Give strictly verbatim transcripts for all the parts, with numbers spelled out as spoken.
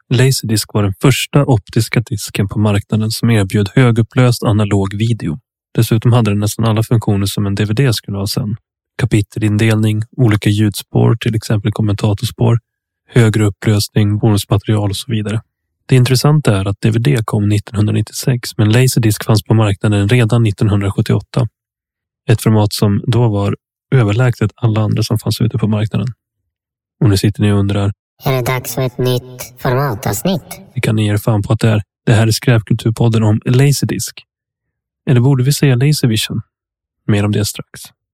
Laserdisc var den första optiska disken på marknaden som erbjöd högupplöst analog video. Dessutom hade den nästan alla funktioner som en D V D skulle ha sen. Kapitelindelning, olika ljudspår, till exempel kommentatorspår, högre upplösning, bonusmaterial och så vidare. Det intressanta är att D V D kom nittonhundranittiosex, men Laserdisc fanns på marknaden redan nittonhundrasjuttioåtta. Ett format som då var överlägset alla andra som fanns ute på marknaden. Och nu sitter ni och undrar: är det dags för ett nytt formatavsnitt? Det kan ni ge er fan på att det är. Det här är Skräpkulturpodden om Laserdisc. Eller borde vi säga Laservision? Mer om det strax.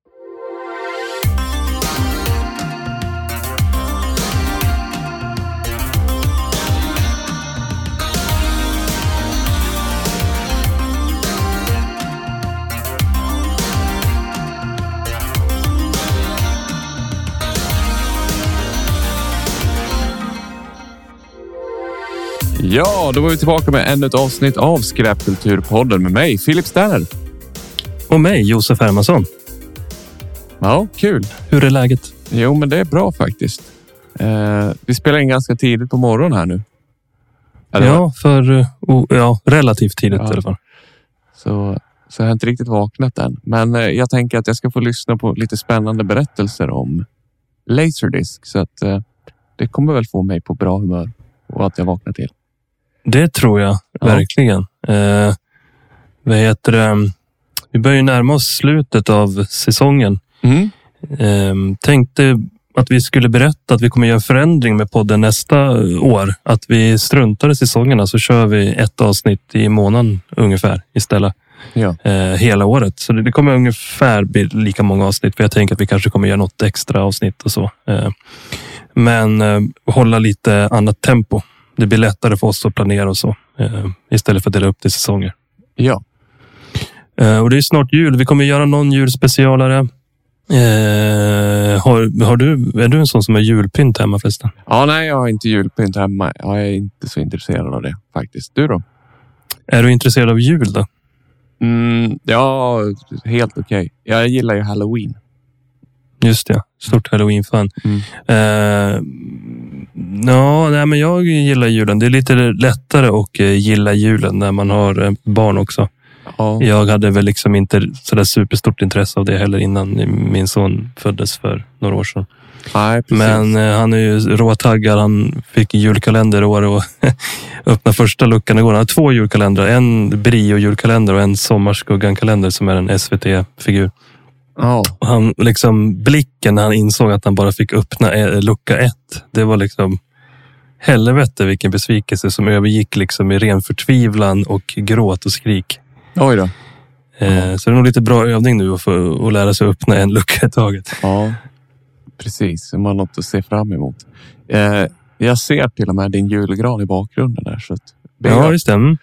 Ja, då var vi tillbaka med ännu ett avsnitt av Skräpkulturpodden med mig, Filip Sterner. Och mig, Josef Hermansson. Ja, kul. Hur är läget? Jo, men det är bra faktiskt. Eh, vi spelar in ganska tidigt på morgonen här nu. Eller ja, vad? för oh, ja, relativt tidigt ja. I alla fall. Så, så jag har inte riktigt vaknat än. Men eh, jag tänker att jag ska få lyssna på lite spännande berättelser om Laserdisc. Så att eh, det kommer väl få mig på bra humör och att jag vaknar till. Det tror jag, ja. Verkligen. Eh, vad heter det? Vi börjar ju närma oss slutet av säsongen. Mm. Eh, tänkte att vi skulle berätta att vi kommer göra en förändring med podden nästa år. Att vi struntar i säsongerna, så kör vi ett avsnitt i månaden ungefär istället. Ja. Eh, hela året. Så det, det kommer ungefär bli lika många avsnitt. För jag tänker att vi kanske kommer göra något extra avsnitt och så. Eh, men eh, hålla lite annat tempo. Det blir lättare för oss att planera och så. Eh, istället för att dela upp det i säsonger. Ja. Eh, och det är snart jul. Vi kommer göra någon julspecialare. Eh, har, har du, är du en sån som har julpynt hemma förresten? Ja, nej, jag har inte julpynt hemma. Jag är inte så intresserad av det faktiskt. Du då? Är du intresserad av jul då? Mm, ja, helt okej. Okay. Jag gillar ju Halloween. Just det, stort Halloween-fan. Mm. Eh, ja, nej, men jag gillar julen. Det är lite lättare att gilla julen när man har barn också. Ja. Jag hade väl liksom inte sådär superstort intresse av det heller innan min son föddes för några år sedan. Nej, precis. Men eh, han är ju råtaggad. Han fick julkalender i år och öppna första luckan igår. Han har två julkalendrar. En Brio-julkalender och en Sommarskuggan-kalender som är en S V T-figur. Oh. Han liksom, blicken när han insåg att han bara fick öppna lucka ett. Det var liksom helvete vilken besvikelse som övergick liksom i ren förtvivlan och gråt och skrik. Oj då. Eh, så det är nog lite bra övning nu att få att lära sig öppna en lucka i taget. Ja, precis. Man har något att se fram emot. Eh, jag ser till och med din julgran i bakgrunden där. Så att ja, just det. Mm.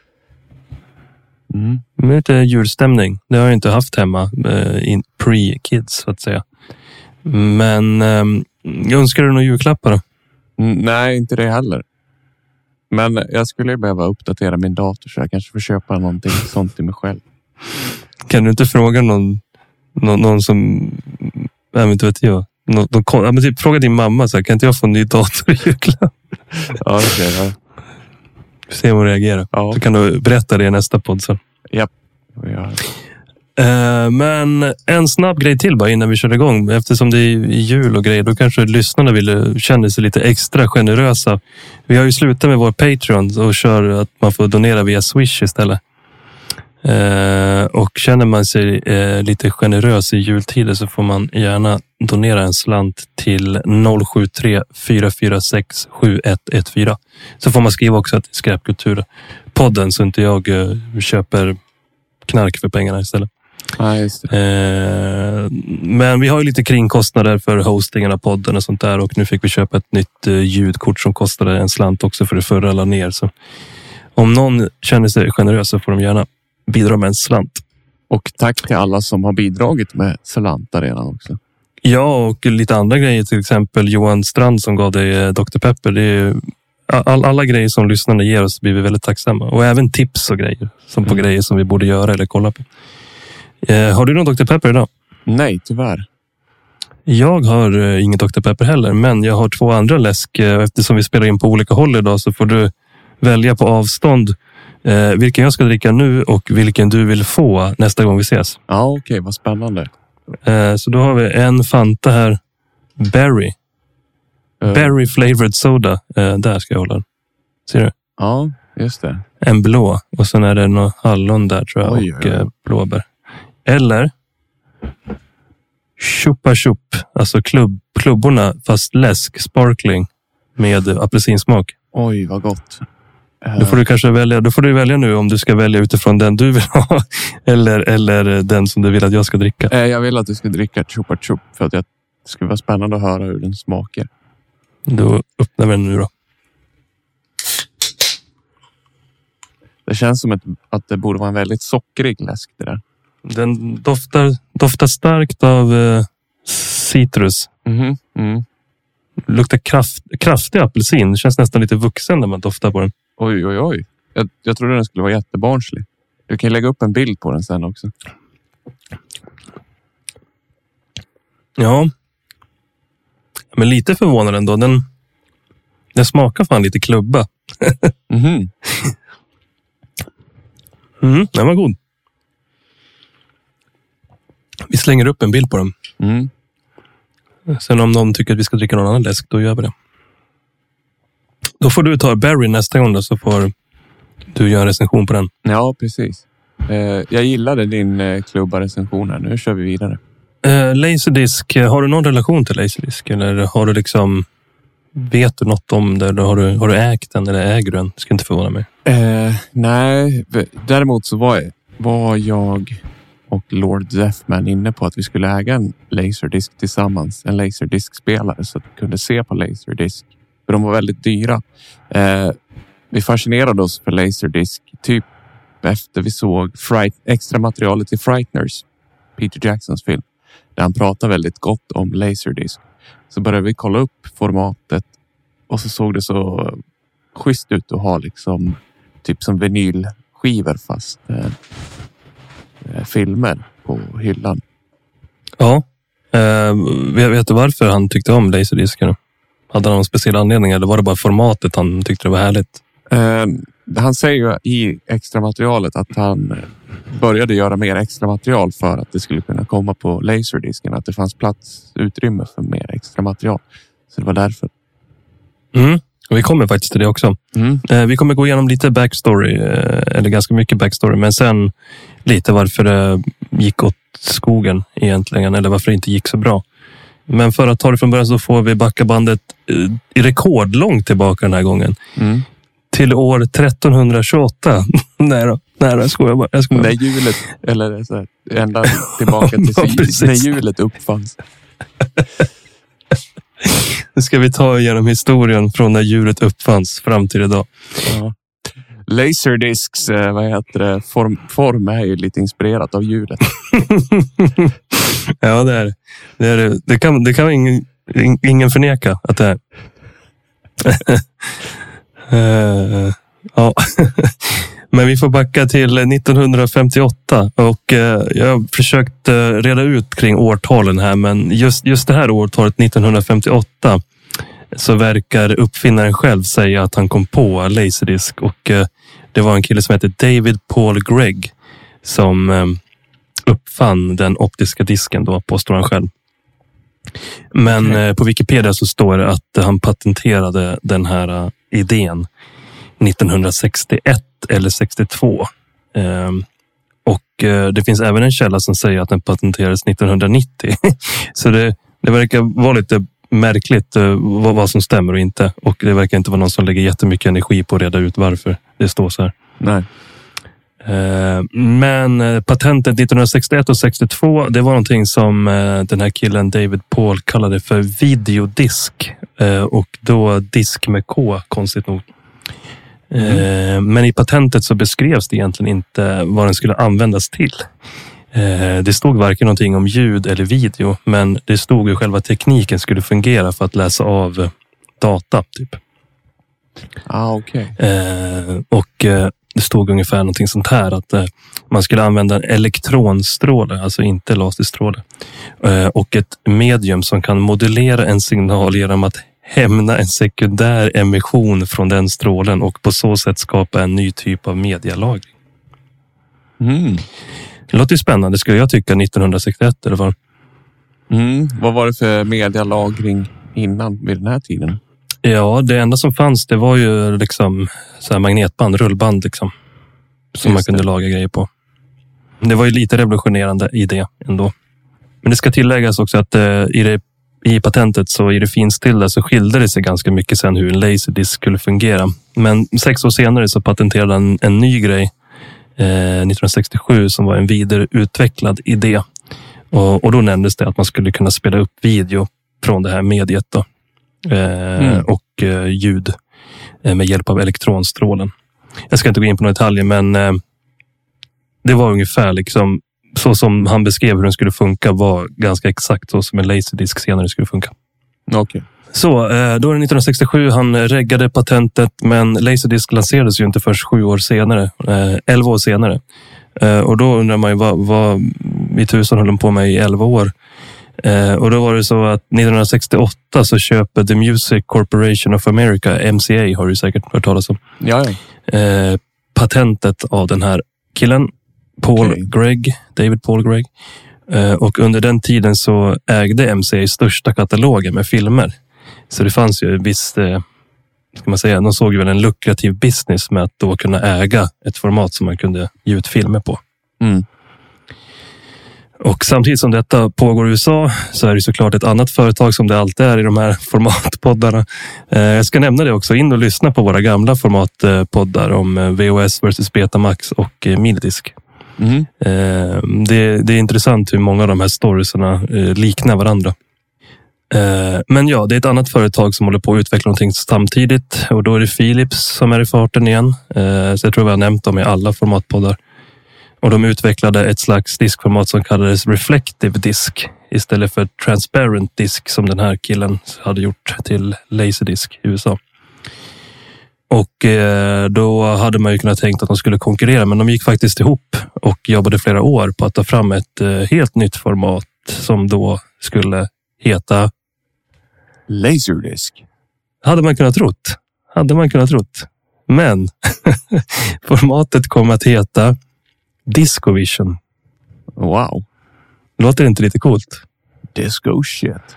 Mm. Med lite julstämning. Det har jag inte haft hemma eh, in pre-kids så att säga. Men eh, jag önskar du några julklappar då? Mm, nej, inte det heller. Men jag skulle behöva uppdatera min dator så jag kanske får köpa någonting sånt till mig själv. Kan du inte fråga någon, någon, någon som, jag vet inte vet jag, någon, någon, ja, men typ, fråga din mamma så här, kan inte jag få en ny dator i julklapp? Ja, okej. Okay, ja. Se om hon reagerar. Ja. Så kan du berätta det i nästa podd sen. Japp. Ja. Uh, men en snabb grej till bara innan vi kör igång. Eftersom det är jul och grejer, då kanske lyssnarna vill känna sig lite extra generösa. Vi har ju slutat med vår Patreon och kör att man får donera via Swish istället. Uh, och känner man sig uh, lite generös i jultider så får man gärna donera en slant till noll sju tre fyra fyra sex sju ett ett fyra. Så får man skriva också att Skräpkulturpodden så inte jag uh, köper knark för pengarna istället. Ja, just det. Eh, men vi har ju lite kringkostnader för hostingen av podden och sånt där. Och nu fick vi köpa ett nytt eh, ljudkort som kostade en slant också för det förra la ner. Så om någon känner sig generös så får de gärna bidra med en slant. Och tack till alla som har bidragit med slantar redan också. Ja, och lite andra grejer. Till exempel Johan Strand som gav dig eh, doktor Pepper. Det är all, alla grejer som lyssnarna ger oss blir vi väldigt tacksamma. Och även tips och grejer. Som på mm. grejer som vi borde göra eller kolla på. Eh, har du någon doktor Pepper idag? Nej, tyvärr. Jag har uh, inget doktor Pepper heller, men jag har två andra läsk. Uh, eftersom vi spelar in på olika håll idag så får du välja på avstånd uh, vilken jag ska dricka nu och vilken du vill få nästa gång vi ses. Ja, okej. Okay, vad spännande. Uh, så då har vi en Fanta här. Berry. Uh. Berry flavored soda. Uh, där ska jag hålla den. Ser du? Ja, just det. En blå. Och sen är det något hallon där tror jag. Oj, och oj, oj. Uh, blåbär. Eller Chupa Chup. Alltså klubb, klubborna fast läsk, sparkling med apelsinsmak. Oj, vad gott. Uh. Då får du kanske välja. Då får du välja nu om du ska välja utifrån den du vill ha. eller, eller den som du vill att jag ska dricka. Uh, jag vill att du ska dricka Chupa Chup för att jag, det skulle vara spännande att höra hur den smakar. Då öppnar vi den nu då. Det känns som ett, att det borde vara en väldigt sockrig läsk det där. Den doftar, doftar starkt av eh, citrus. Mm-hmm. Mm. Luktar kraft, kraftig apelsin. Det känns nästan lite vuxen när man doftar på den. Oj, oj, oj. Jag, jag trodde den skulle vara jättebarnslig. Du kan lägga upp en bild på den sen också. Ja. Men lite förvånad ändå. Den, den smakar fan lite klubba. Mhm. Mm, den var god. Vi slänger upp en bild på den. Mm. Sen om någon tycker att vi ska dricka någon annan läsk, då gör vi det. Då får du ta Berry nästa gång då, så får du göra en recension på den. Ja, precis. Eh, jag gillade din eh, klubba recension här. Nu kör vi vidare. Eh, Laserdisc, har du någon relation till Laserdisc? Eller har du liksom... Vet du något om det? Eller har du, har du ägt den eller äger du den? Det ska inte förvåna mig. Eh, nej, däremot så var, var jag och Lord Deathman inne på att vi skulle äga en Laserdisc tillsammans. En Laserdisc-spelare så att vi kunde se på Laserdisc. För de var väldigt dyra. Eh, vi fascinerade oss för Laserdisc typ efter vi såg Fright, extra materialet i Frighteners, Peter Jacksons film. Där han pratar väldigt gott om Laserdisc. Så började vi kolla upp formatet och så såg det så schysst ut att ha liksom typ som vinylskivor fast eh, filmer på hyllan. Ja, eh, vet du varför han tyckte om Laserdisken? Hade han någon speciell anledning eller var det bara formatet han tyckte det var härligt? Eh, han säger ju i extra materialet att han började göra mer extra material för att det skulle kunna komma på Laserdisken. Att det fanns plats, utrymme för mer extra material. Så det var därför. Mm. Och vi kommer faktiskt till det också. Mm. Eh, vi kommer gå igenom lite backstory. Eh, eller ganska mycket backstory. Men sen lite varför det gick åt skogen egentligen. Eller varför det inte gick så bra. Men för att ta det från början så får vi backa bandet eh, i rekordlångt tillbaka den här gången. Mm. Till år tretton tjugoåtta. Nej då. Nej då, jag skojar bara. Jag skojar. När hjulet, eller så här, ända tillbaka till ja, när hjulet uppfanns. Nu ska vi ta igenom historien från när djuret uppfanns fram till idag. Ja. Laserdiscs, vad heter det, form, form är ju lite inspirerat av hjulet. Ja, det är det. Är det. Det kan, det kan ingen, ingen förneka att det är. uh, ja. Men vi får backa till nittonhundrafemtioåtta och eh, jag har försökt eh, reda ut kring årtalen här, men just, just det här årtalet nittonhundrafemtioåtta så verkar uppfinnaren själv säga att han kom på Laserdisc och eh, det var en kille som heter David Paul Gregg som eh, uppfann den optiska disken då, påstår han själv. Men okay. eh, på Wikipedia så står det att han patenterade den här uh, idén nittonhundrasextioett eller sextiotvå. Um, och uh, det finns även en källa som säger att den patenterades nittonhundranittio. Så det, det verkar vara lite märkligt uh, vad, vad som stämmer och inte. Och det verkar inte vara någon som lägger jättemycket energi på att reda ut varför det står så här. Nej. Uh, men uh, patentet nittonhundrasextioett och sextiotvå, det var någonting som uh, den här killen David Paul kallade för videodisk. Uh, och då disk med K, konstigt nog. Mm. Men i patentet så beskrevs det egentligen inte vad den skulle användas till. Det stod varken någonting om ljud eller video, men det stod hur själva tekniken skulle fungera för att läsa av data typ. Ah, okej. Okay. Och det stod ungefär någonting sånt här att eh, man skulle använda en elektronstråle, alltså inte laserstråle, eh, och ett medium som kan modulera en signal genom att hämna en sekundär emission från den strålen och på så sätt skapa en ny typ av medialagring. Mm. Det låter ju spännande, skulle jag tycka, nittonhundrasextioett eller vad? Mm. Vad var det för medialagring innan vid den här tiden? Ja, det enda som fanns, det var ju liksom så här magnetband, rullband liksom. Som man kunde laga grejer på. Det var ju lite revolutionerande i det ändå. Men det ska tilläggas också att eh, i, det, i patentet så i det finstilla så skilde det sig ganska mycket sen hur en laserdisk skulle fungera. Men sex år senare så patenterade han en ny grej eh, nittonhundrasextiosju som var en vidareutvecklad idé. Och, och då nämndes det att man skulle kunna spela upp video från det här mediet då. Eh, mm. Och eh, ljud eh, med hjälp av elektronstrålen. Jag ska inte gå in på några detaljer, men eh, det var ungefär liksom så som han beskrev hur den skulle funka var ganska exakt så som en laserdisk senare skulle funka. Okej. Okay. Så eh, då är det nittonhundrasextiosju han reggade patentet, men laserdisk lanserades ju inte först sju år senare, eh, elva år senare. Eh, och då undrar man ju vad, vad i tusan höll de på med i elva år. Eh, och då var det så att nittonhundrasextioåtta så köper The Music Corporation of America, M C A har du säkert hört talas om. Ja, ja. Eh, patentet av den här killen, Paul okay. Gregg, David Paul Gregg. Eh, och under den tiden så ägde M C A största katalogen med filmer. Så det fanns ju visst, eh, ska man säga, de såg ju väl en lukrativ business med att då kunna äga ett format som man kunde ge ut filmer på. Mm. Och samtidigt som detta pågår i U S A så är det såklart ett annat företag som det alltid är i de här formatpoddarna. Jag ska nämna det också, in och lyssna på våra gamla formatpoddar om V H S versus Betamax och minidisk. Mm. Det, det är intressant hur många av de här storiesarna liknar varandra. Men ja, det är ett annat företag som håller på att utveckla någonting samtidigt och då är det Philips som är i farten igen. Så jag tror vi har nämnt dem i alla formatpoddar. Och de utvecklade ett slags diskformat som kallades Reflective Disk istället för Transparent Disk som den här killen hade gjort till Laserdisc i U S A. Och eh, då hade man ju kunnat tänkt att de skulle konkurrera, men de gick faktiskt ihop och jobbade flera år på att ta fram ett eh, helt nytt format som då skulle heta Laserdisc. Hade man kunnat trott. Hade man kunnat trott. Men formatet kom att heta Discovision. Wow. Låter inte lite coolt? Disco shit.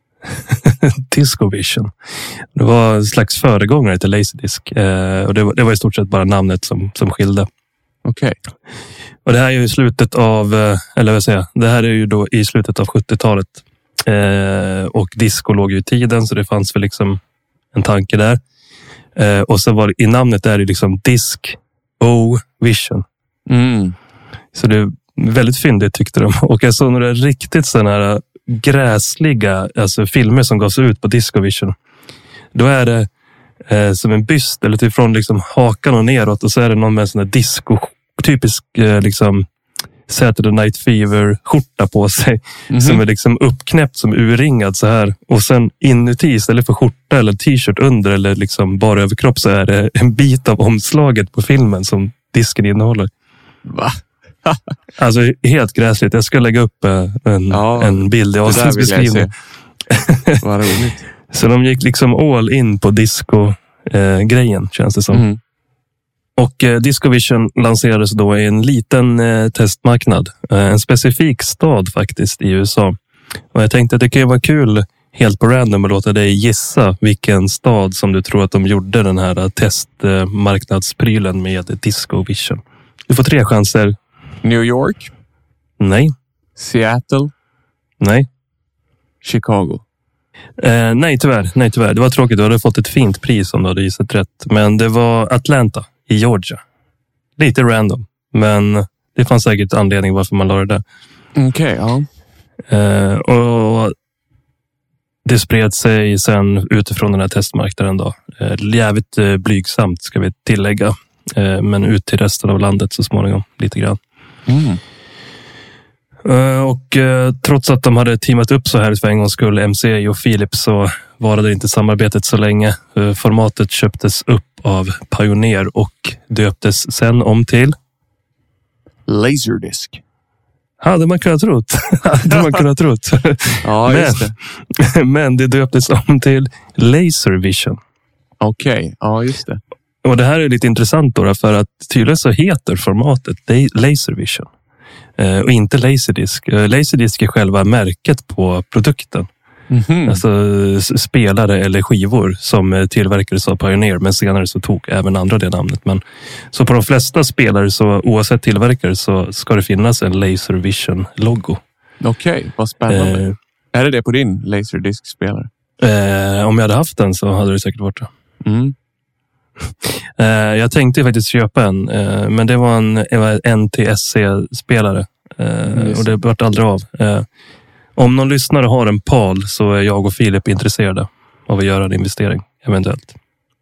Discovision. Det var en slags föregångare till Laserdisc. Eh, och det var, det var i stort sett bara namnet som, som skilde. Okej. Okay. Och det här är ju i slutet av, eller vad säger jag, det här är ju då i slutet av sjuttiotalet. Eh, och disco låg ju i tiden, så det fanns väl liksom en tanke där. Eh, och så var det, i namnet är det liksom Disc-O-Vision. Mm. Så det är väldigt fyndigt tyckte de. Och jag såg några riktigt sådana här gräsliga alltså filmer som gavs ut på Discovision. Då är det eh, som en byst eller utifrån liksom hakan och neråt och så är det någon med en sån här disco typisk eh, liksom Saturday Night Fever-skjorta på sig mm-hmm. som är liksom uppknäppt som urringad så här. Och sen inuti istället för skjorta eller t-shirt under eller liksom bara överkropp så är det en bit av omslaget på filmen som disken innehåller. Va? Alltså helt gräsligt. Jag ska lägga upp en, ja, en bild i avsnittsbeskrivningen. Vad roligt. Så de gick liksom all in på disco-grejen eh, känns det som. Mm. Och eh, Discovision lanserades då i en liten eh, testmarknad. Eh, en specifik stad faktiskt i U S A. Och jag tänkte att det kan ju vara kul helt på random att låta dig gissa vilken stad som du tror att de gjorde den här testmarknadsprylen eh, med Discovision. Du får tre chanser. New York? Nej. Seattle? Nej. Chicago? Eh, nej, tyvärr. nej, tyvärr. Det var tråkigt. Du hade fått ett fint pris om du hade gissat rätt. Men det var Atlanta i Georgia. Lite random. Men det fanns säkert anledning varför man la det där. Okej, okay, ja. Eh, och det spred sig sen utifrån den här testmarknaden då. Eh, jävligt eh, blygsamt ska vi tillägga. Eh, men ut till resten av landet så småningom. Lite grann. Mm. Uh, och uh, trots att de hade teamat upp så här för en gångs skull, M C A och Philips, så varade inte samarbetet så länge. Uh, formatet köptes upp av Pioneer och döptes sen om till Laserdisc. Hade man kunnat trott. Hade man kunnat trott. Ja, just det. Men det döptes om till Laservision. Okej, okay. Ja just det. Och det här är lite intressant då, för att tydligen så heter formatet Laservision. Eh, och inte Laserdisc. Eh, Laserdisc är själva märket på produkten. Mm-hmm. Alltså spelare eller skivor som tillverkades av Pioneer, men senare så tog även andra det namnet. Men så på de flesta spelare, så oavsett tillverkare, så ska det finnas en Laservision-logo. Okej, okay, vad spännande. Eh, är det det på din Laserdisc-spelare? Eh, om jag hade haft den så hade det säkert varit det. Mm. Eh, jag tänkte faktiskt köpa en, eh, men det var en, en N T S C-spelare. Eh, mm. Och det vart aldrig av. Eh, Om någon lyssnare har en PAL så är jag och Filip intresserade av att göra en investering, eventuellt.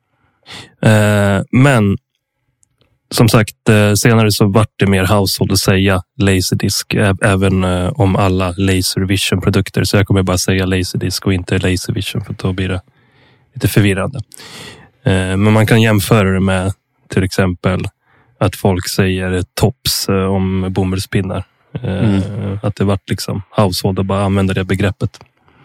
Eh, men som sagt, eh, senare så vart det mer household att säga Laserdisc, ä- även eh, om alla Laservision-produkter. Så jag kommer bara säga Laserdisc och inte Laservision, för då blir det lite förvirrande. Eh, men man kan jämföra det med till exempel att folk säger tops eh, om bomullspinnar. Mm. Att det vart liksom household och bara använda det begreppet.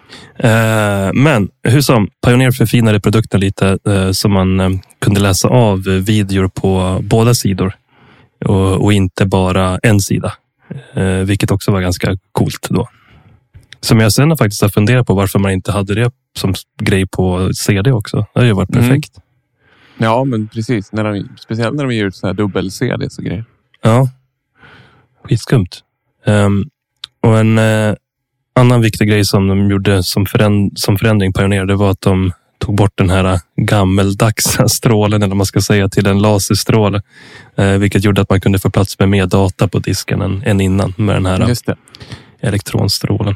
Men hur som, Pioneer förfinade produkten lite, så man kunde läsa av videor på båda sidor och inte bara en sida, vilket också var ganska coolt då. Som jag sen faktiskt har funderat på varför man inte hade det som grej på C D också. Det har ju varit perfekt. Mm. Ja, men precis. När de, speciellt när de ger ut så här dubbel-C D och grejer. Ja, skitskumt. Um, och en uh, annan viktig grej som de gjorde som, föränd- som förändring Pioneer, det var att de tog bort den här gammeldags strålen, eller man ska säga, till en laserstråle. Uh, vilket gjorde att man kunde få plats med mer data på disken än, än innan med den här Just det. elektronstrålen.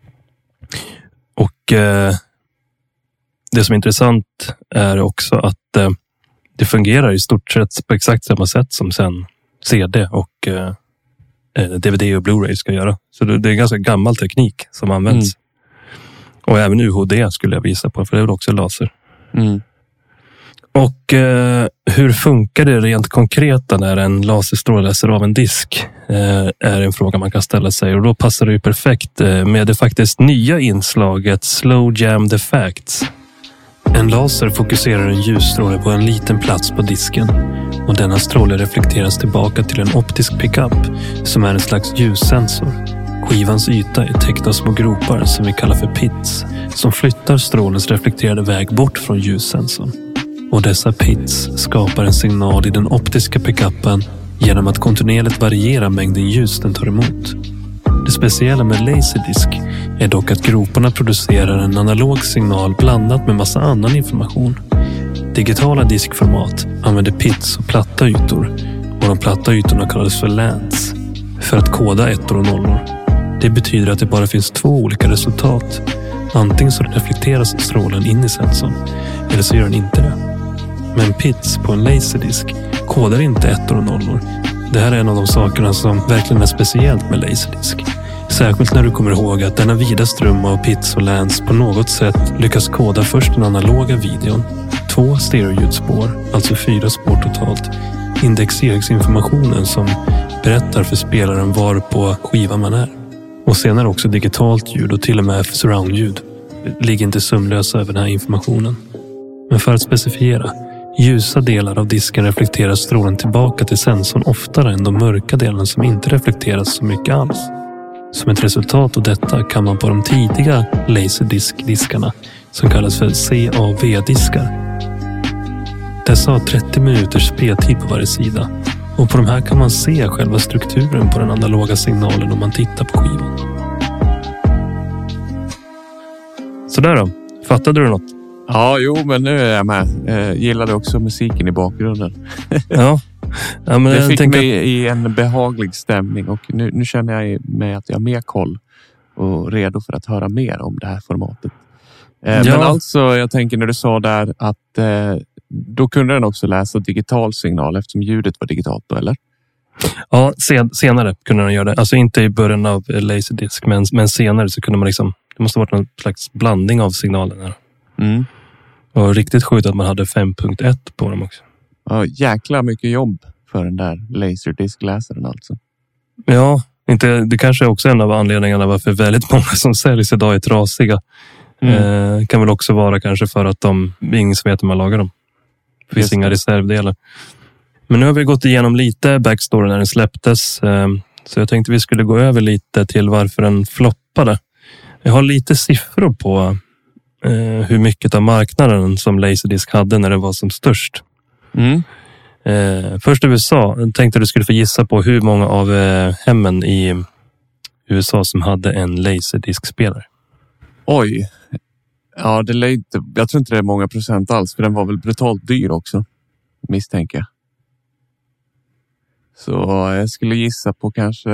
Och uh, det som är intressant är också att uh, det fungerar i stort sett på exakt samma sätt som sen C D och uh, D V D och Blu-ray ska göra. Så det är en ganska gammal teknik som används. Mm. Och även U H D skulle jag visa på, för det är väl också laser. Mm. Och eh, hur funkar det rent konkret när en laserstråle läser av en disk? Eh, är en fråga man kan ställa sig. Och då passar det ju perfekt eh, med det faktiskt nya inslaget Slow Jam the Facts. En laser fokuserar en ljusstråle på en liten plats på disken, och denna stråle reflekteras tillbaka till en optisk pickup som är en slags ljussensor. Skivans yta är täckt av små gropar som vi kallar för pits, som flyttar strålens reflekterade väg bort från ljussensorn. Och dessa pits skapar en signal i den optiska pickupen genom att kontinuerligt variera mängden ljus den tar emot. Det speciella med Laserdisc är dock att groparna producerar en analog signal blandat med massa annan information. Digitala diskformat använder pits och platta ytor, och de platta ytorna kallas för lands för att koda ettor och nollor. Det betyder att det bara finns två olika resultat. Antingen så reflekteras strålen in i sensorn, eller så gör den inte det. Men pits på en laserdisk kodar inte ettor och nollor. Det här är en av de sakerna som verkligen är speciellt med laserdisk. Särskilt när du kommer ihåg att denna vida ström av pits och lands på något sätt lyckas koda först den analoga videon, två stereoljudspår, alltså fyra spår totalt, indexeringsinformationen som berättar för spelaren var på skivan man är, och senare också digitalt ljud och till och med surroundljud. Ligger inte sömlösa över den här informationen. Men för att specifiera, ljusa delar av disken reflekterar strålen tillbaka till sensorn oftare än de mörka delarna som inte reflekteras så mycket alls. Som ett resultat av detta kan man på de tidiga laserdisk-diskarna, som kallas för C A V-diskar. Dessa har trettio minuters speltid på varje sida, och på de här kan man se själva strukturen på den analoga signalen om man tittar på skivan. Sådär då, fattade du något? Ja, jo, men nu är jag med. Eh, gillade också musiken i bakgrunden. Ja. Ja, men det fick tänker... mig i en behaglig stämning, och nu, nu känner jag mig att jag har mer koll och redo för att höra mer om det här formatet. Eh, ja. Men alltså, jag tänker när du sa där att eh, då kunde den också läsa digital signal eftersom ljudet var digitalt då, eller? Ja, sen, senare kunde de göra det. Alltså inte i början av Laserdisc, men, men senare så kunde man liksom... Det måste ha varit någon slags blandning av signalerna. Mm. Och riktigt sjukt att man hade fem punkt ett på dem också. Ja, jäkla mycket jobb för den där Laserdisc-läsaren alltså. Ja, inte, det kanske är också en av anledningarna varför väldigt många som säljs idag är trasiga. Mm. Eh, kan väl också vara kanske för att de ingen som vet hur man lagar dem. Det finns inga reservdelar. Men nu har vi gått igenom lite backstory när den släpptes. Eh, så jag tänkte vi skulle gå över lite till varför den floppade. Jag har lite siffror på eh, hur mycket av marknaden som Laserdisc hade när det var som störst. Mm. Eh, först U S A. Jag tänkte du skulle få gissa på hur många av eh, hemmen i U S A som hade en Laserdisc-spelare. Oj. Ja, det lär inte, jag tror inte det är många procent alls. För den var väl brutalt dyr också. Misstänker jag. Så jag skulle gissa på kanske...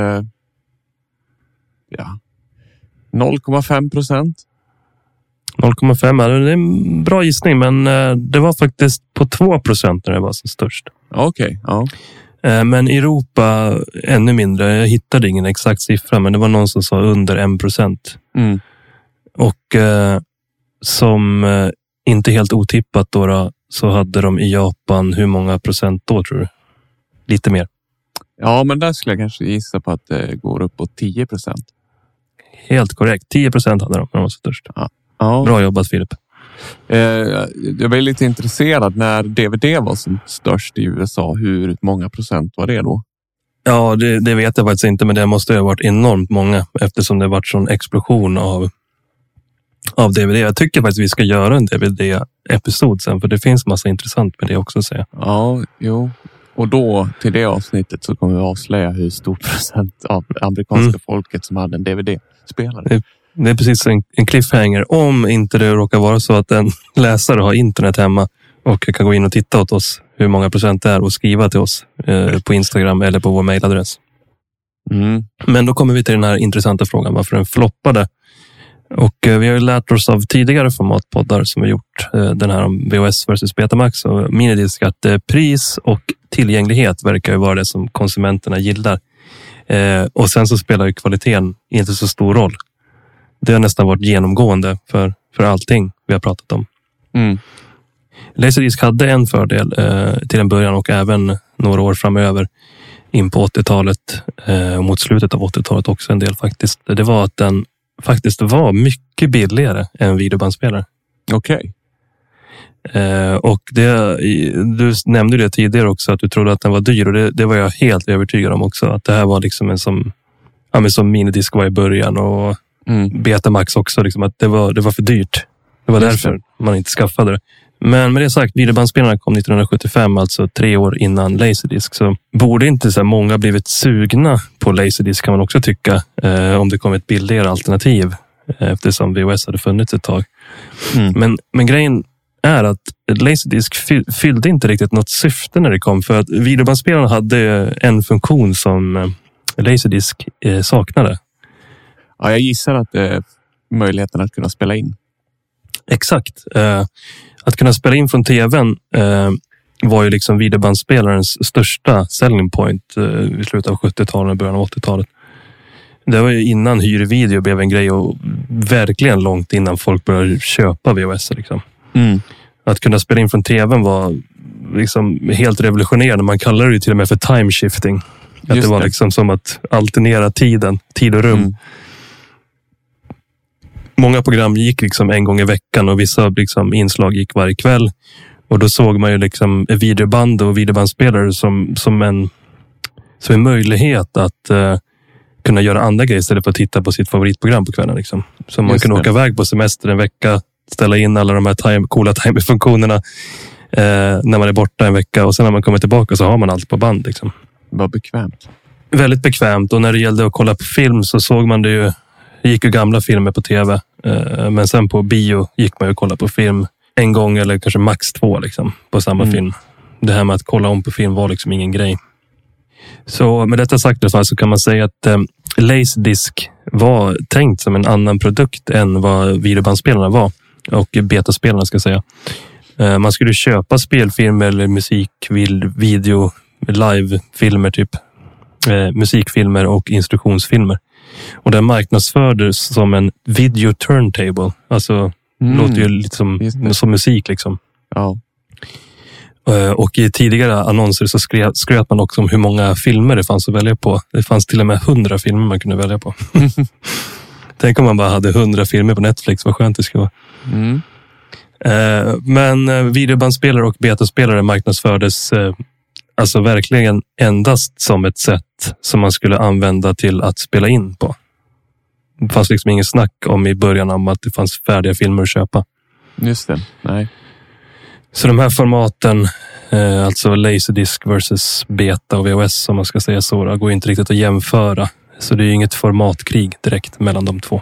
Ja... noll komma fem procent. noll komma fem, det är en bra gissning, men det var faktiskt på två procent när det var som störst. Okej, okay, ja. Men i Europa ännu mindre. Jag hittade ingen exakt siffra, men det var någon som sa under en procent. Mm. Och eh, som eh, inte helt otippat då, då så hade de i Japan hur många procent då tror du? Lite mer. Ja, men där skulle jag kanske gissa på att det går upp på tio procent. Helt korrekt. tio procent hade de när de var störst. Ja. Ja. Bra jobbat, Filip. Eh, jag var lite intresserad när D V D var som störst i U S A. Hur många procent var det då? Ja, det, det vet jag faktiskt inte, men det måste ha varit enormt många eftersom det har varit sån explosion av, av D V D. Jag tycker faktiskt vi ska göra en D V D-episod sen, för det finns massa intressant med det också, säger jag. Ja, jo. Och då till det avsnittet så kommer vi avslöja hur stor procent av amerikanska mm. folket som hade en D V D-spelare. Det, det är precis en, en cliffhanger. Om inte det råkar vara så att en läsare har internet hemma och kan gå in och titta åt oss hur många procent det är och skriva till oss eh, på Instagram eller på vår mejladress. Mm. Men då kommer vi till den här intressanta frågan varför den floppade. Och eh, vi har ju lärt oss av tidigare formatpoddar som vi gjort. Eh, den här om V H S versus Betamax och minidisk att eh, pris och tillgänglighet verkar ju vara det som konsumenterna gillar. Eh, och sen så spelar ju kvaliteten inte så stor roll. Det har nästan varit genomgående för, för allting vi har pratat om. Mm. Laserdisc hade en fördel eh, till en början och även några år framöver in på åttiotalet eh, och mot slutet av åttiotalet också en del faktiskt. Det var att den faktiskt var mycket billigare än videobandspelare. Okej. Okay. Eh, och det, du nämnde det tidigare också att du trodde att den var dyr och det, det var jag helt övertygad om också. Att det här var liksom en som, ja, men som minidisk var i början och mm. Betamax också. Liksom, att det var, det var för dyrt. Det var Just därför det. man inte skaffade det. Men med det sagt, videobandspelarna kom nittonhundrasjuttiofem, alltså tre år innan Laserdisc. Så borde inte så här många blivit sugna på Laserdisc kan man också tycka. Eh, om det kom ett billigare alternativ. Eh, eftersom V H S hade funnits ett tag. Mm. Men, men grejen är att Laserdisc fyllde inte riktigt något syfte när det kom. För att videobandspelarna hade en funktion som Laserdisc eh, saknade. Ja, jag gissar att det är möjligheten att kunna spela in. Exakt. Eh, att kunna spela in från tvn eh, var ju liksom videobandspelarens största selling point eh, i slutet av sjuttiotalet och början av åttiotalet. Det var ju innan hyrvideo blev en grej och verkligen långt innan folk började köpa V H S liksom. Mm. Att kunna spela in från tvn var liksom helt revolutionerande. Man kallar det ju till och med för time shifting. Att Just det var det. liksom som att alternera tiden, tid och rum. Mm. Många program gick liksom en gång i veckan och vissa liksom inslag gick varje kväll. Och då såg man ju liksom videoband och videobandspelare som, som, en, som en möjlighet att uh, kunna göra andra grejer istället för att titta på sitt favoritprogram på kvällen. Liksom. Så man kan åka iväg på semester en vecka, ställa in alla de här time, coola timerfunktionerna uh, när man är borta en vecka. Och sen när man kommer tillbaka så har man allt på band. Liksom. Vad bekvämt. Väldigt bekvämt. Och när det gällde att kolla på film så såg man det ju. Det gick ju gamla filmer på tv. Men sen på bio gick man ju och kolla på film en gång eller kanske max två liksom, på samma mm. film. Det här med att kolla om på film var liksom ingen grej. Så med detta sagt i fall så kan man säga att eh, Laserdisc var tänkt som en annan produkt än vad videobandspelarna var. Och betaspelarna ska jag säga. Eh, man skulle köpa spelfilmer eller musik, video, live-filmer typ. eh, musikfilmer och instruktionsfilmer. Och den marknadsfördes som en video turntable. Alltså, mm. låter ju lite som, som musik liksom. Ja. Och i tidigare annonser så skrev, skröt man också om hur många filmer det fanns att välja på. Det fanns till och med hundra filmer man kunde välja på. Tänk om man bara hade hundra filmer på Netflix, vad skönt det skulle vara. Mm. Men videobandspelare och betaspelare marknadsfördes alltså verkligen endast som ett sätt som man skulle använda till att spela in på. Det fanns liksom ingen snack om i början om att det fanns färdiga filmer att köpa. Just det, nej. Så de här formaten, eh, alltså Laserdisc versus beta och V H S, om man ska säga så, går inte riktigt att jämföra. Så det är ju inget formatkrig direkt mellan de två.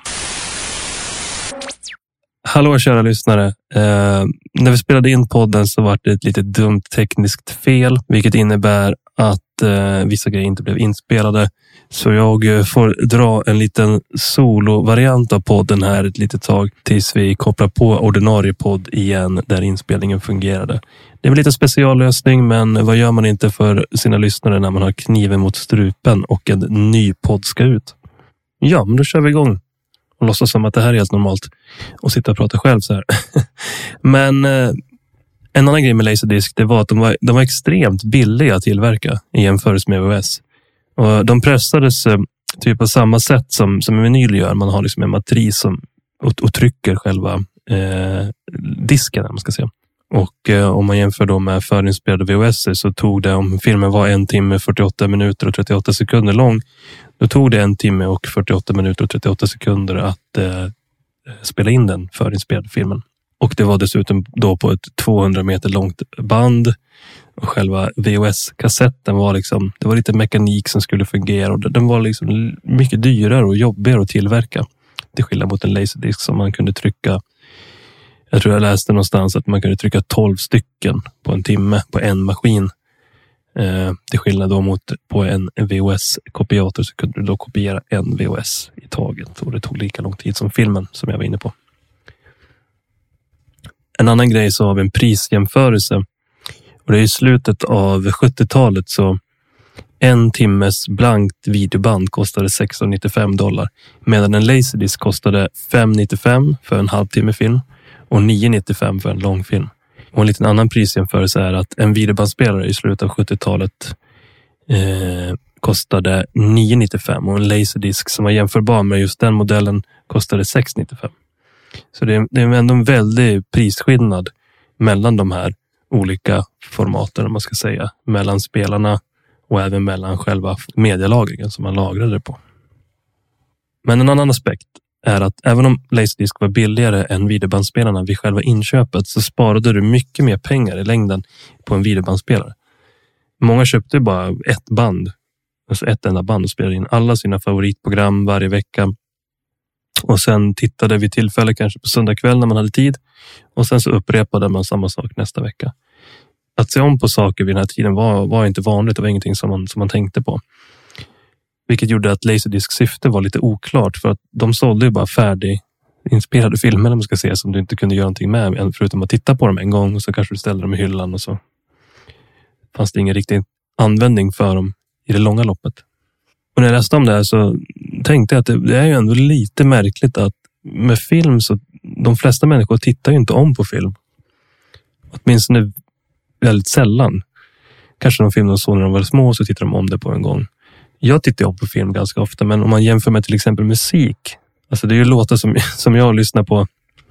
Hallå kära lyssnare. Eh, när vi spelade in podden så var det ett lite dumt tekniskt fel, vilket innebär att eh, vissa grejer inte blev inspelade. Så jag får dra en liten solo-variant av podden här ett litet tag tills vi kopplar på ordinarie podd igen där inspelningen fungerade. Det är en liten speciallösning, men vad gör man inte för sina lyssnare när man har kniven mot strupen och en ny podd ska ut? Ja, men då kör vi igång och låtsas som att det här är helt normalt och sitta och prata själv så här. Men eh, en annan grej med Laserdisc, det var att de var, de var extremt billiga att tillverka i jämförelse med V H S. Och de pressades eh, typ på samma sätt som, som en vinyl gör. Man har liksom en matris som, och, och trycker själva eh, disken, man ska säga. Och eh, om man jämför då med förinspelade V H S så tog det, om filmen var en timme, fyrtioåtta minuter och trettioåtta sekunder lång, då tog det en timme och fyrtioåtta minuter och trettioåtta sekunder att eh, spela in den förinspelade filmen. Och det var dessutom då på ett tvåhundra meter långt band. Och själva V H S-kassetten var liksom, det var lite mekanik som skulle fungera. Och den var liksom mycket dyrare och jobbigare att tillverka. Till skillnad mot en Laserdisc som man kunde trycka. Jag tror jag läste någonstans att man kunde trycka tolv stycken på en timme på en maskin. Eh, till skillnad då mot på en V H S-kopiator så kunde du då kopiera en V H S i taget. Och det tog lika lång tid som filmen som jag var inne på. En annan grej så har vi en prisjämförelse. Och det är i slutet av sjuttiotalet så en timmes blankt videoband kostade sexton nittiofem dollar. Medan en Laserdisc kostade fem nittiofem för en halvtimme film och nio nittiofem för en långfilm. Och en liten annan prisjämförelse är att en videobandspelare i slutet av sjuttiotalet eh, kostade nio nittiofem och en Laserdisc som var jämförbar med just den modellen kostade sex nittiofem. Så det är, det är ändå en väldig prisskillnad mellan de här olika formaten, om man ska säga, mellan spelarna och även mellan själva medialagringen som man lagrade på. Men en annan aspekt är att även om Laserdisc var billigare än videobandspelarna vid själva inköpet så sparade du mycket mer pengar i längden på en videobandspelare. Många köpte bara ett band, alltså ett enda band och spelade in alla sina favoritprogram varje vecka. Och sen tittade vi tillfälle kanske på söndag kväll när man hade tid. Och sen så upprepade man samma sak nästa vecka. Att se om på saker vid den här tiden var, var inte vanligt. Det var ingenting som man, som man tänkte på. Vilket gjorde att Laserdiscs syfte var lite oklart. För att de sålde ju bara färdiginspelade filmer, man ska säga, som du inte kunde göra någonting med. Förutom att titta på dem en gång och så kanske du ställde dem i hyllan. Och så fanns det ingen riktig användning för dem i det långa loppet. Och när jag läste om det här så tänkte jag att det, det är ju ändå lite märkligt att med film så de flesta människor tittar ju inte om på film. Åtminstone väldigt sällan. Kanske de filmer de såg när de var små så tittar de om det på en gång. Jag tittar om på film ganska ofta, men om man jämför med till exempel musik. Alltså det är ju låtar som, som jag lyssnar på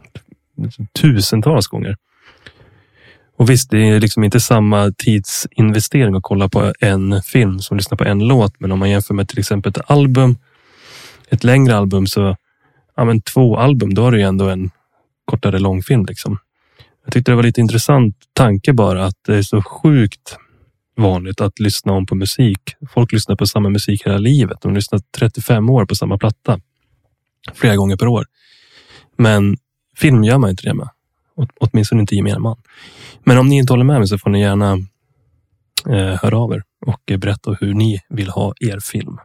tusentals gånger. Och visst, det är liksom inte samma tidsinvestering att kolla på en film som lyssnar på en låt. Men om man jämför med till exempel ett album, ett längre album, så ja, men två album, då har du ju ändå en kortare långfilm liksom. Jag tyckte det var lite intressant tanke bara att det är så sjukt vanligt att lyssna om på musik. Folk lyssnar på samma musik hela livet. De lyssnar trettiofem år på samma platta. Flera gånger per år. Men film gör man inte det med. Åt, åtminstone inte gemene man. Men om ni inte håller med mig så får ni gärna eh, höra av er och eh, berätta hur ni vill ha er film.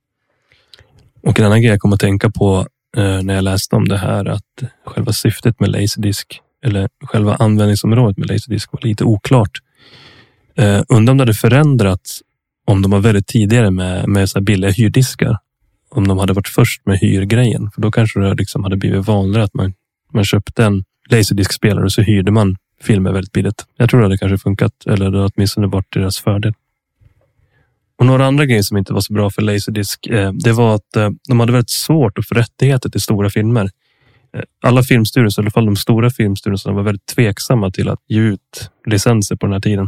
Och en annan grej jag kommer att tänka på eh, när jag läste om det här, att själva syftet med Laserdisc, eller själva användningsområdet med Laserdisc var lite oklart. Eh, undrar om det hade förändrats om de var väldigt tidigare med, med så här billiga hyrdiskar. Om de hade varit först med hyrgrejen. För då kanske det liksom hade blivit vanligare att man, man köpte en Laserdisc-spelare och så hyrde man filmer väldigt billigt. Jag tror att det kanske funkat, eller det har åtminstone varit deras fördel. Och några andra grejer som inte var så bra för Laserdisc, det var att de hade väldigt svårt att få rättigheter till stora filmer. Alla filmstudios, i alla fall de stora filmstudios, var väldigt tveksamma till att ge ut licenser på den här tiden.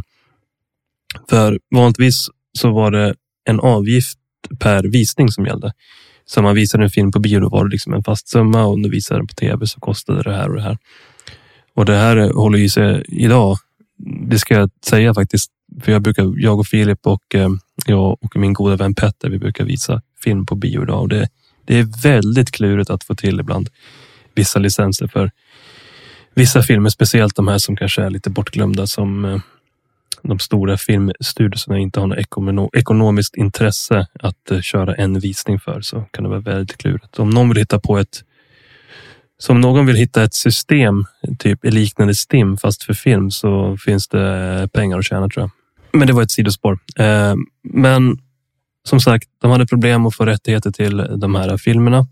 För vanligtvis så var det en avgift per visning som gällde. Så om man visade en film på bio, då var det liksom en fast summa, och om du visade den på tv så kostade det här och det här. Och det här håller ju sig idag. Det ska jag säga faktiskt, för jag brukar, jag och Filip och eh, jag och min goda vän Petter, vi brukar visa film på bio idag, och det, det är väldigt klurigt att få till ibland vissa licenser för vissa filmer, speciellt de här som kanske är lite bortglömda, som eh, de stora filmstudierna inte har något ekonomiskt intresse att uh, köra en visning för, så kan det vara väldigt klurigt. Om någon vill hitta på ett som någon vill hitta ett system typ liknande Stim fast för film, så finns det pengar att tjäna, tror jag. Men det var ett sidospår. Uh, men som sagt, de hade problem att få rättigheter till de här filmerna.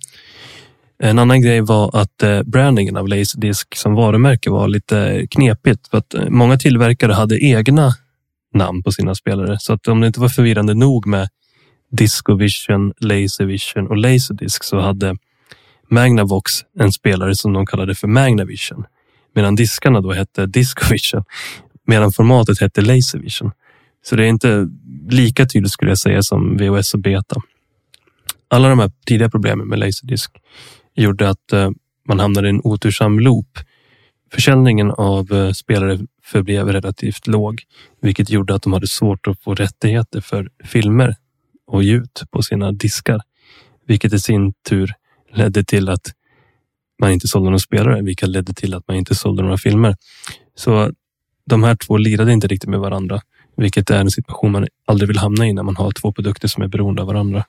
En annan grej var att uh, brandingen av Laserdisc som varumärke var lite knepigt, för att uh, många tillverkare hade egna namn på sina spelare. Så att om det inte var förvirrande nog med Discovision, Laservision och Laserdisc, så hade Magnavox en spelare som de kallade för Magnavision. Medan diskarna då hette Discovision. Medan formatet hette Laservision. Så det är inte lika tydligt, skulle jag säga, som V H S och Beta. Alla de här tidiga problemen med Laserdisc gjorde att uh, man hamnade i en otursam loop. Försäljningen av uh, spelare förblev relativt låg, vilket gjorde att de hade svårt att få rättigheter för filmer och ljud på sina diskar, vilket i sin tur ledde till att man inte sålde några spelare, vilket ledde till att man inte sålde några filmer. Så de här två lirade inte riktigt med varandra, vilket är en situation man aldrig vill hamna i när man har två produkter som är beroende av varandra.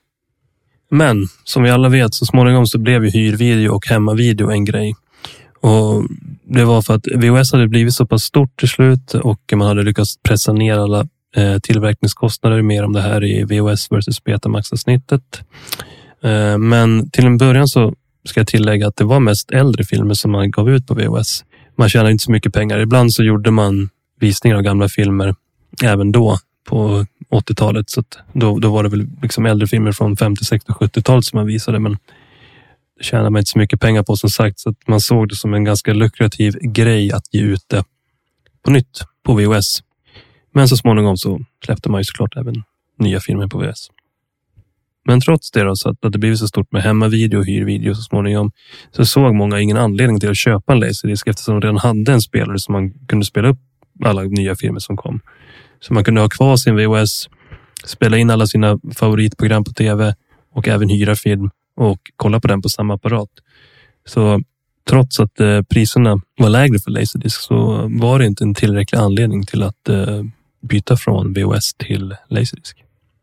Men som vi alla vet, så småningom så blev ju hyrvideo och hemmavideo en grej. Och det var för att V H S hade blivit så pass stort till slut, och man hade lyckats pressa ner alla eh, tillverkningskostnader. Mer om det här i V H S versus Betamax-avsnittet. Eh, men till en början så ska jag tillägga att det var mest äldre filmer som man gav ut på V H S. Man tjänade inte så mycket pengar. Ibland så gjorde man visningar av gamla filmer även då på åttiotalet. Så att då, då var det väl liksom äldre filmer från femtio, sextio, sjuttiotalet som man visade, men det tjänade man inte så mycket pengar på, som sagt, så att man såg det som en ganska lukrativ grej att ge ut det på nytt på V H S. Men så småningom så släppte man ju såklart även nya filmer på V H S. Men trots det då, så att det blev så stort med hemmavideo och hyrvideo så småningom, så såg många ingen anledning till att köpa en Laserdisc, eftersom de redan hade en spelare som man kunde spela upp alla nya filmer som kom. Så man kunde ha kvar sin V H S, spela in alla sina favoritprogram på tv och även hyra film och kolla på den på samma apparat. Så trots att eh, priserna var lägre för Laserdisc, så var det inte en tillräcklig anledning till att eh, byta från V H S till Laserdisc.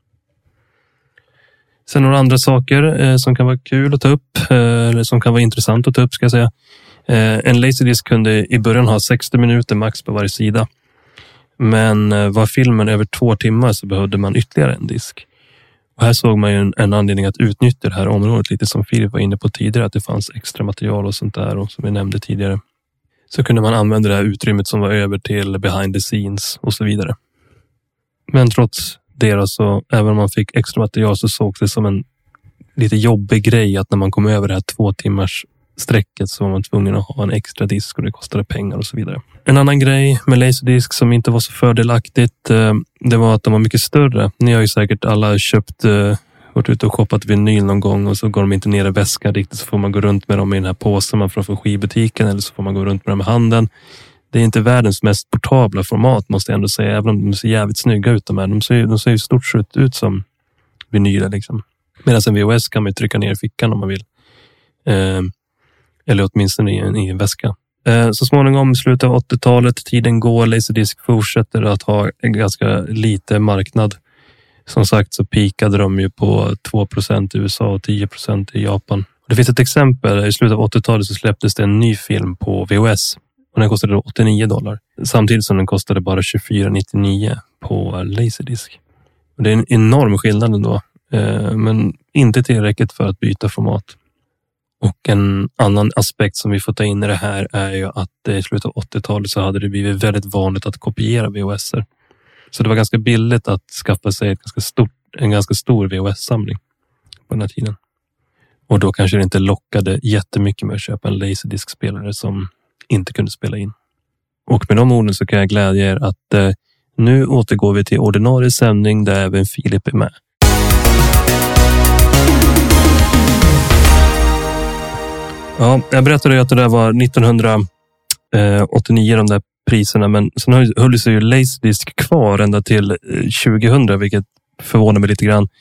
Sen några andra saker eh, som kan vara kul att ta upp, eh, eller som kan vara intressant att ta upp, ska jag säga. Eh, en Laserdisc kunde i början ha sextio minuter max på varje sida. Men eh, var filmen över två timmar så behövde man ytterligare en disk. Och här såg man ju en, en anledning att utnyttja det här området lite, som Filip var inne på tidigare, att det fanns extra material och sånt där, och som vi nämnde tidigare. Så kunde man använda det här utrymmet som var över till behind the scenes och så vidare. Men trots det då, så även om man fick extra material, så såg det som en lite jobbig grej att när man kom över det här två timmars sträcket så var man tvungen att ha en extra disk, och det kostade pengar och så vidare. En annan grej med Laserdisc som inte var så fördelaktigt, det var att de var mycket större. Ni har ju säkert alla köpt, varit ute och shoppat vinyl någon gång, och så går de inte ner i väskan riktigt, så får man gå runt med dem i den här påsen man får från skivbutiken, eller så får man gå runt med dem i handen. Det är inte världens mest portabla format, måste jag ändå säga, även om de ser jävligt snygga ut. De, här. de ser, de ser ju stort sett ut som vinyler liksom. Medan en V H S kan man ju trycka ner i fickan om man vill. Eh, eller åtminstone i en, i en väska. Eh, så småningom i slutet av åttiotalet, tiden går, Laserdisc fortsätter att ha en ganska lite marknad. Som sagt så pikade de ju på två procent i U S A och tio procent i Japan. Det finns ett exempel, i slutet av åttiotalet så släpptes det en ny film på V H S. Och den kostade åttionio dollar. Samtidigt som den kostade bara tjugofyra nittionio på Laserdisc. Och det är en enorm skillnad ändå. Eh, men inte tillräckligt för att byta format. Och en annan aspekt som vi får ta in i det här är ju att i slutet av åttiotalet så hade det blivit väldigt vanligt att kopiera V H S-er. Så det var ganska billigt att skaffa sig ett ganska stort, en ganska stor V H S-samling på den här tiden. Och då kanske det inte lockade jättemycket med att köpa en Laserdisc-spelare som inte kunde spela in. Och med de orden så kan jag glädja er att eh, nu återgår vi till ordinarie sändning där även Filip är med. Ja, jag berättade ju att det där var nittonhundraåttionio de där priserna, men sen höll sig ju Laserdisc kvar ända till tjugohundra, vilket förvånar mig lite grann.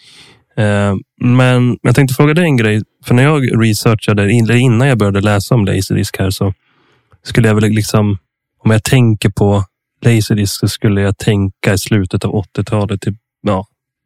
Men jag tänkte fråga dig en grej, för när jag researchade, innan jag började läsa om Laserdisc här, så skulle jag väl liksom, om jag tänker på Laserdisc så skulle jag tänka i slutet av åttiotalet till ja,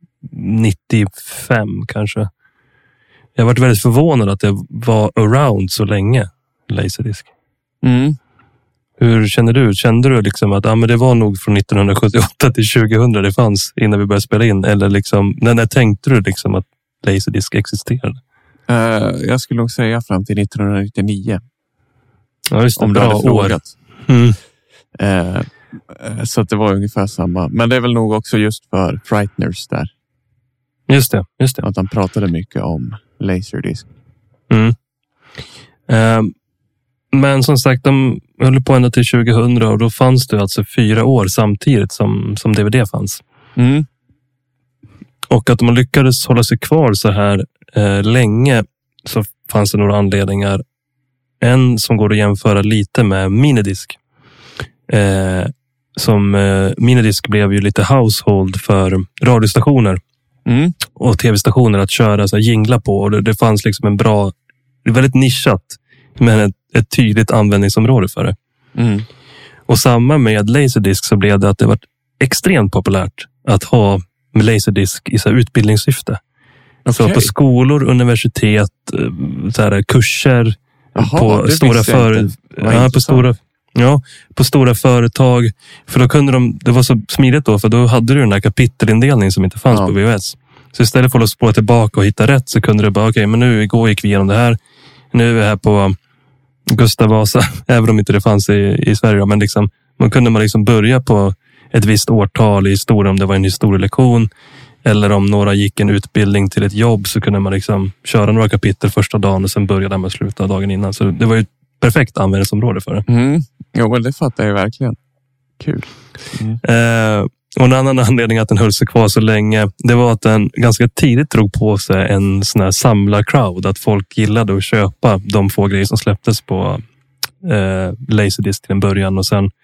nittiofem kanske. Jag har varit väldigt förvånad att det var around så länge, Laserdisc. Mm. Hur känner du? Kände du liksom att ah, men det var nog från nittonhundrasjuttioåtta till tjugohundra det fanns innan vi började spela in? Eller liksom, när, när tänkte du liksom att Laserdisc existerade? Uh, jag skulle nog säga fram till nittonhundranittionio. Ja, just det. Om Bra du hade frågat. Mm. Uh, så att det var ungefär samma. Men det är väl nog också just för Frighteners där. Just det, just det. Att han pratade mycket om Laserdisc. Mm. Uh, men som sagt, de höll på ända till tjugohundra och då fanns det alltså fyra år samtidigt som, som D V D fanns. Mm. Och att de lyckades hålla sig kvar så här eh, länge så fanns det några anledningar. En som går att jämföra lite med Minidisc. Eh, som eh, Minidisc blev ju lite household för radiostationer mm. och tv-stationer att köra så här, jingla på. Och det, det fanns liksom en bra, väldigt nischat, men ett, ett tydligt användningsområde för det. Mm. Och samma med Laserdisc så blev det att det var extremt populärt att ha med Laserdisc i så här utbildningssyfte. Okay. Så på skolor, universitet, så här, kurser, Jaha, på stora för, ja, på stora ja, på stora företag, för då kunde de, det var så smidigt då, för då hade du den här kapitelindelningen som inte fanns ja. på V H S. Så istället för att spåra tillbaka och hitta rätt så kunde du bara, okej, okay, men nu igår gick vi igenom det här. Nu är vi här på Gustav Vasa, även om inte det fanns i, i Sverige, men liksom, man kunde man liksom börja på ett visst årtal i historien, om det var en historielektion eller om några gick en utbildning till ett jobb, så kunde man liksom köra några kapitel första dagen och sen börja där man slutade dagen innan. Så det var ju ett perfekt användningsområde för det. Mm. Jo, men det fattar jag verkligen. Kul. Mm. Eh, och en annan anledning att den höll sig kvar så länge, det var att den ganska tidigt drog på sig en sån här samlar-crowd. Att folk gillade att köpa de få grejer som släpptes på eh, Laserdisc till en början, och sen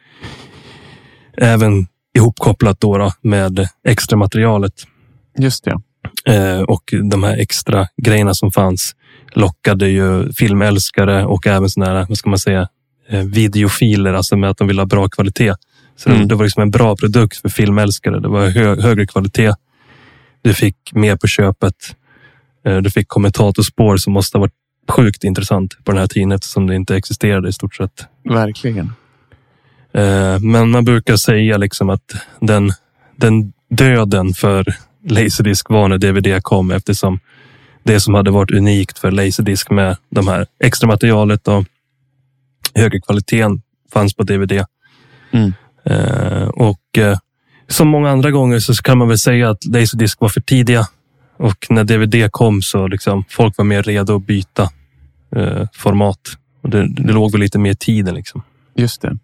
även ihopkopplat då, då med extra materialet. Just det. Eh, och de här extra grejerna som fanns lockade ju filmälskare och även såna här, vad ska man säga, eh, videofiler, alltså med att de ville ha bra kvalitet. Så mm. det, det var liksom en bra produkt för filmälskare. Det var hö, högre kvalitet. Du fick mer på köpet. Eh, du fick kommentatorspår som måste ha varit sjukt intressant på den här tiden, eftersom det inte existerade i stort sett. Verkligen. Eh, men man brukar säga liksom att den, den döden för Laserdisc var när D V D kom, eftersom det som hade varit unikt för Laserdisc med de här extra materialet och högre kvaliteten fanns på D V D. Mm. Eh, och eh, som många andra gånger så kan man väl säga att Laserdisc var för tidiga, och när D V D kom så liksom folk var mer redo att byta eh, format, och det, det låg väl lite mer i tiden liksom. Just det.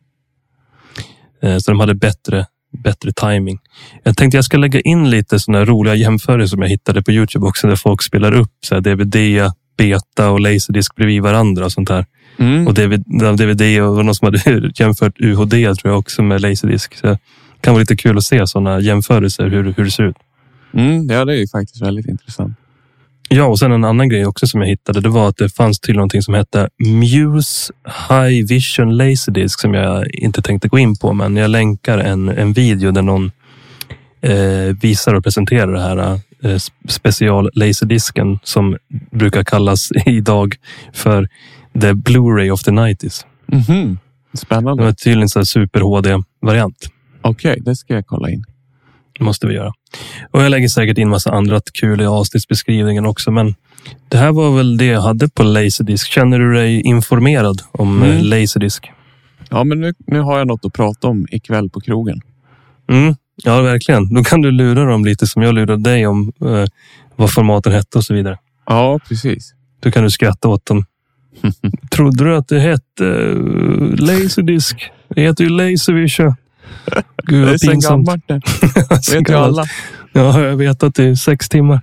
Eh, så de hade bättre bättre timing. Jag tänkte jag ska lägga in lite såna roliga jämförelser som jag hittade på YouTube också, där folk spelar upp så här D V D, beta och Laserdisc bredvid varandra och sånt här. Mm. Och D V D, D V D och någon som hade jämfört U H D tror jag också med Laserdisc. Så det kan vara lite kul att se såna jämförelser, hur, hur det ser ut. Mm, ja, det är ju faktiskt väldigt intressant. Ja, och sen en annan grej också som jag hittade, det var att det fanns till någonting som hette Muse High Vision Laserdisc, som jag inte tänkte gå in på, men jag länkar en, en video där någon eh, visar och presenterar det här eh, special laserdisken som brukar kallas idag för The Blu-ray of the nineties. Mm-hmm. Spännande. Det var tydligen en super H D-variant. Okej, okay, det ska jag kolla in. Det måste vi göra. Och jag lägger säkert in massa andra kul i avsnittsbeskrivningen också. Men det här var väl det jag hade på Laserdisc. Känner du dig informerad om mm. Laserdisc? Ja, men nu, nu har jag något att prata om ikväll på krogen. Mm. Ja, verkligen. Då kan du lura dem lite som jag lurade dig om eh, vad formaten hette och så vidare. Ja, precis. Då kan du skratta åt dem. Trodde du att det hette uh, Laserdisc? Det heter ju Laservision. Gud, det är så gammalt det. Vet ju alla. Ja, jag vet att det är sex timmar.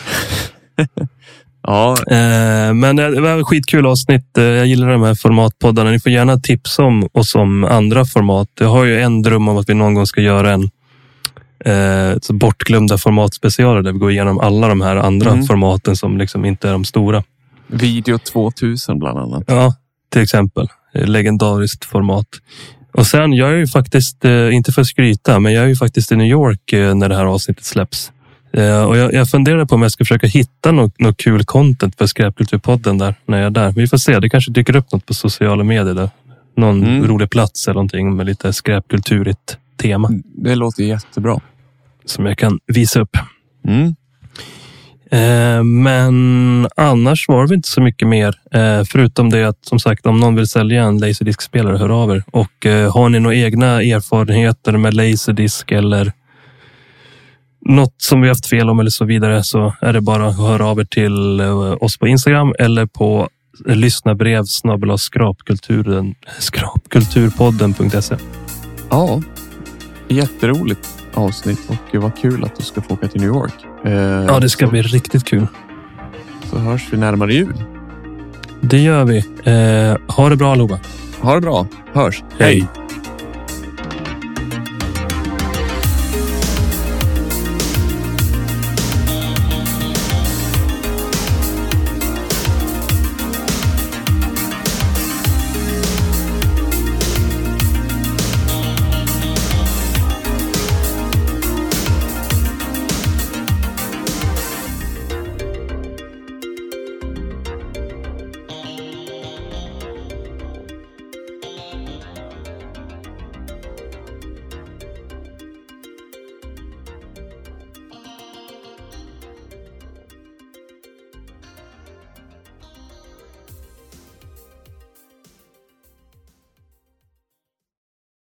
Ja. Eh, men det var ett skitkul avsnitt. Jag gillar de här formatpoddarna. Ni får gärna tipsa om oss om andra format. Jag har ju en dröm om att vi någon gång ska göra en eh, så bortglömda formatspecialer där vi går igenom alla de här andra mm. formaten som liksom inte är de stora. Video tvåtusen bland annat. Ja, till exempel. Legendariskt format. Och sen, jag är ju faktiskt, eh, inte för att skryta, men jag är ju faktiskt i New York eh, när det här avsnittet släpps. Eh, och jag, jag funderar på om jag ska försöka hitta något, något kul content för Skräpkulturpodden där, när jag är där. Vi får se, det kanske dyker upp något på sociala medier där. Någon mm. rolig plats eller någonting med lite skräpkulturigt tema. Det låter jättebra. Som jag kan visa upp. Mm. Eh, men annars var det inte så mycket mer. Eh, förutom det att, som sagt, om någon vill sälja en Laserdisc-spelare, hör av er. Och eh, har ni några egna erfarenheter med Laserdisc eller något som vi haft fel om eller så vidare, så är det bara att höra av er till eh, oss på Instagram eller på eh, lyssnarbrev snabel-a skrapkulturen skrapkulturpodden punkt se. Ja, jätteroligt avsnitt och vad kul att du ska få åka till New York. Eh, ja, det ska så, bli riktigt kul. Så hörs vi närmare jul. Det gör vi. Eh, ha det bra allihopa. Ha det bra. Hörs. Hej. Hej.